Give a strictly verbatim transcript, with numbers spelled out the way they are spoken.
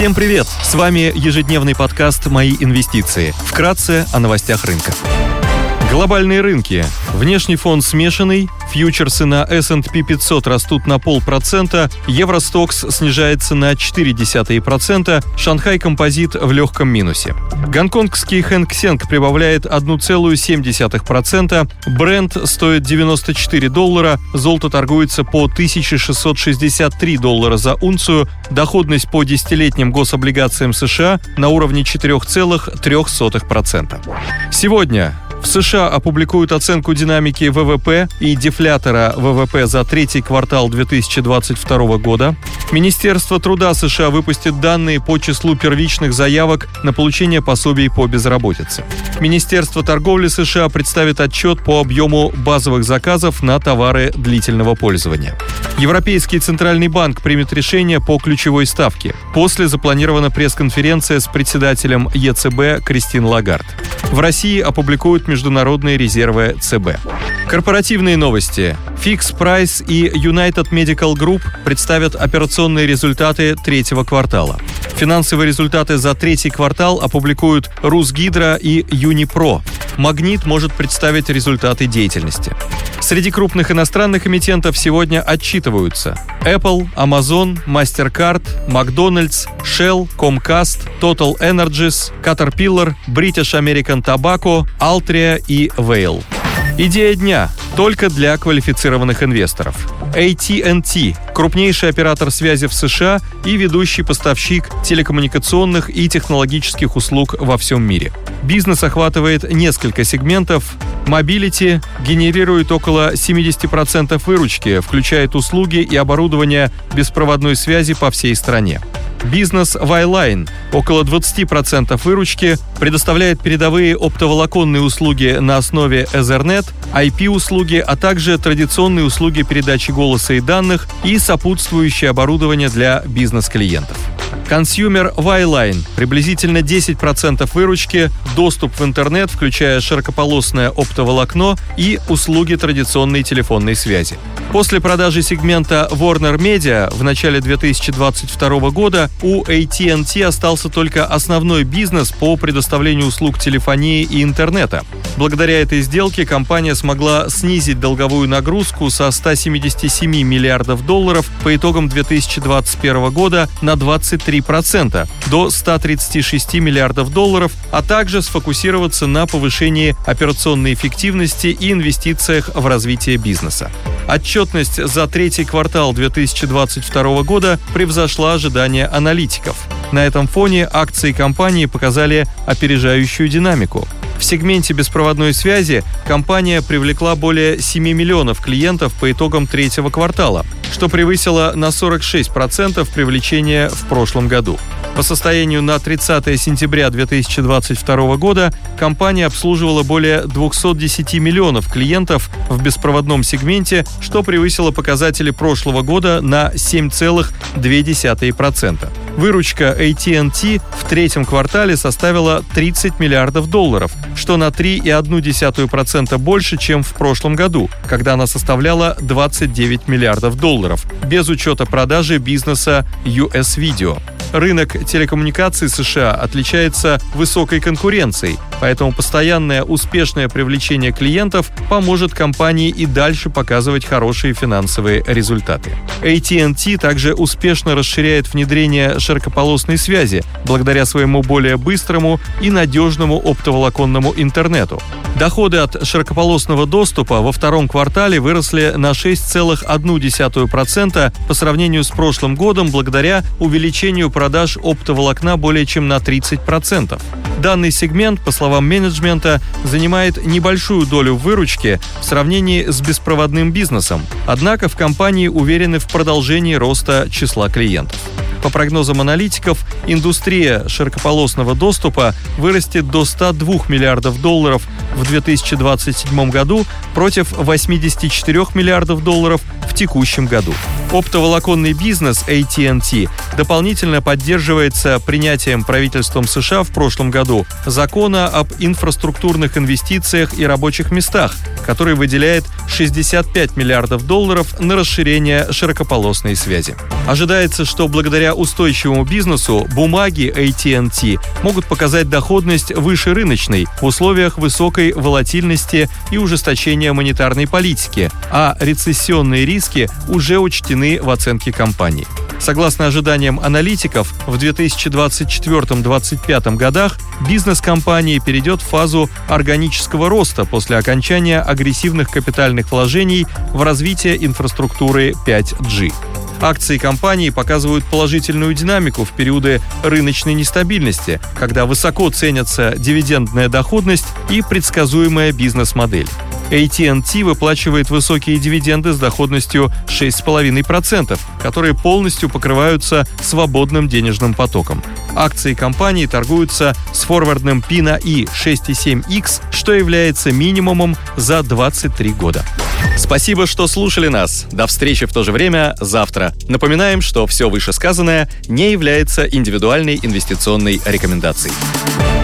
Всем привет! С вами ежедневный подкаст «Мои инвестиции». Вкратце о новостях рынка. Глобальные рынки. Внешний фон смешанный, фьючерсы на эс энд пи пятьсот растут на полпроцента, Евростокс снижается на ноль целых четыре десятых процента, Шанхай Композит в легком минусе. Гонконгский Хэнк Сенг прибавляет одна целая семь десятых процента, Брент стоит девяносто четыре доллара, золото торгуется по тысяча шестьсот шестьдесят три доллара за унцию, доходность по десятилетним гособлигациям США на уровне четыре целых три сотых процента. Сегодня в США опубликуют оценку динамики вэ вэ пэ и дефлятора вэ вэ пэ за третий квартал две тысячи двадцать второго года. Министерство труда США выпустит данные по числу первичных заявок на получение пособий по безработице. Министерство торговли США представит отчет по объему базовых заказов на товары длительного пользования. Европейский центральный банк примет решение по ключевой ставке. После запланирована пресс-конференция с председателем е цэ бэ Кристин Лагард. В России опубликуют международные резервы цэ бэ. Корпоративные новости. Fix Price и United Medical Group представят операционные результаты третьего квартала. Финансовые результаты за третий квартал опубликуют Русгидро и Юнипро. Магнит может представить результаты деятельности. Среди крупных иностранных эмитентов сегодня отчитываются Apple, Amazon, MasterCard, McDonald's, Shell, Comcast, Total Energies, Caterpillar, British American Tobacco, Altria и Vail. Идея дня только для квалифицированных инвесторов. эй ти энд ти – крупнейший оператор связи в США и ведущий поставщик телекоммуникационных и технологических услуг во всем мире. Бизнес охватывает несколько сегментов. Мобилити генерирует около семьдесят процентов выручки, включает услуги и оборудование беспроводной связи по всей стране. Бизнес Wireline около двадцать процентов выручки, предоставляет передовые оптоволоконные услуги на основе Ethernet, ай пи-услуги, а также традиционные услуги передачи голоса и данных и сопутствующее оборудование для бизнес-клиентов. Consumer Wireline приблизительно десять процентов выручки, доступ в интернет, включая широкополосное оптоволокно и услуги традиционной телефонной связи. После продажи сегмента Warner Media в начале две тысячи двадцать второго года у эй ти энд ти остался только основной бизнес по предоставлению услуг телефонии и интернета. Благодаря этой сделке компания смогла снизить долговую нагрузку со ста семидесяти семи миллиардов долларов по итогам две тысячи двадцать первого года на двадцать три процента до ста тридцати шести миллиардов долларов, а также сфокусироваться на повышении операционной эффективности и инвестициях в развитие бизнеса. Отчетность за третий квартал две тысячи двадцать второго года превзошла ожидания аналитиков. На этом фоне акции компании показали опережающую динамику. В сегменте беспроводной связи компания привлекла более семи миллионов клиентов по итогам третьего квартала, что превысило на сорок шесть процентов привлечения в прошлом году. По состоянию на тридцатое сентября две тысячи двадцать второго года компания обслуживала более двухсот десяти миллионов клиентов в беспроводном сегменте, что превысило показатели прошлого года на семь целых две десятых процента. Выручка эй ти энд ти в третьем квартале составила тридцать миллиардов долларов, что на три целых одну десятую процента больше, чем в прошлом году, когда она составляла двадцать девять миллиардов долларов, без учета продажи бизнеса ю эс Video. Рынок телекоммуникаций США отличается высокой конкуренцией, поэтому постоянное успешное привлечение клиентов поможет компании и дальше показывать хорошие финансовые результаты. эй ти энд ти также успешно расширяет внедрение широкополосной связи благодаря своему более быстрому и надежному оптоволоконному интернету. Доходы от широкополосного доступа во втором квартале выросли на шесть целых одну десятую процента по сравнению с прошлым годом благодаря увеличению продаж оптоволокна более чем на тридцать процентов. Данный сегмент, по словам менеджмента, занимает небольшую долю выручки в сравнении с беспроводным бизнесом, однако в компании уверены в продолжении роста числа клиентов. По прогнозам аналитиков, индустрия широкополосного доступа вырастет до ста двух миллиардов долларов в две тысячи двадцать седьмом году против восьмидесяти четырёх миллиардов долларов в текущем году. Оптоволоконный бизнес эй ти энд ти дополнительно поддерживается принятием правительством США в прошлом году закона об инфраструктурных инвестициях и рабочих местах, который выделяет шестьдесят пять миллиардов долларов на расширение широкополосной связи. Ожидается, что благодаря устойчивому бизнесу бумаги эй ти энд ти могут показать доходность выше рыночной в условиях высокой волатильности и ужесточения монетарной политики, а рецессионные риски уже учтены в оценке компании. Согласно ожиданиям аналитиков, в две тысячи двадцать четвёртом — две тысячи двадцать пятом годах бизнес компании перейдет в фазу органического роста после окончания агрессивных капитальных вложений в развитие инфраструктуры пять джи. Акции компании показывают положительную динамику в периоды рыночной нестабильности, когда высоко ценятся дивидендная доходность и предсказуемая бизнес-модель. эй ти энд ти выплачивает высокие дивиденды с доходностью шесть целых пять десятых процента, которые полностью покрываются свободным денежным потоком. Акции компании торгуются с форвардным пи на и шесть целых семь десятых икс, что является минимумом за двадцать три года. Спасибо, что слушали нас. До встречи в то же время завтра. Напоминаем, что все вышесказанное не является индивидуальной инвестиционной рекомендацией.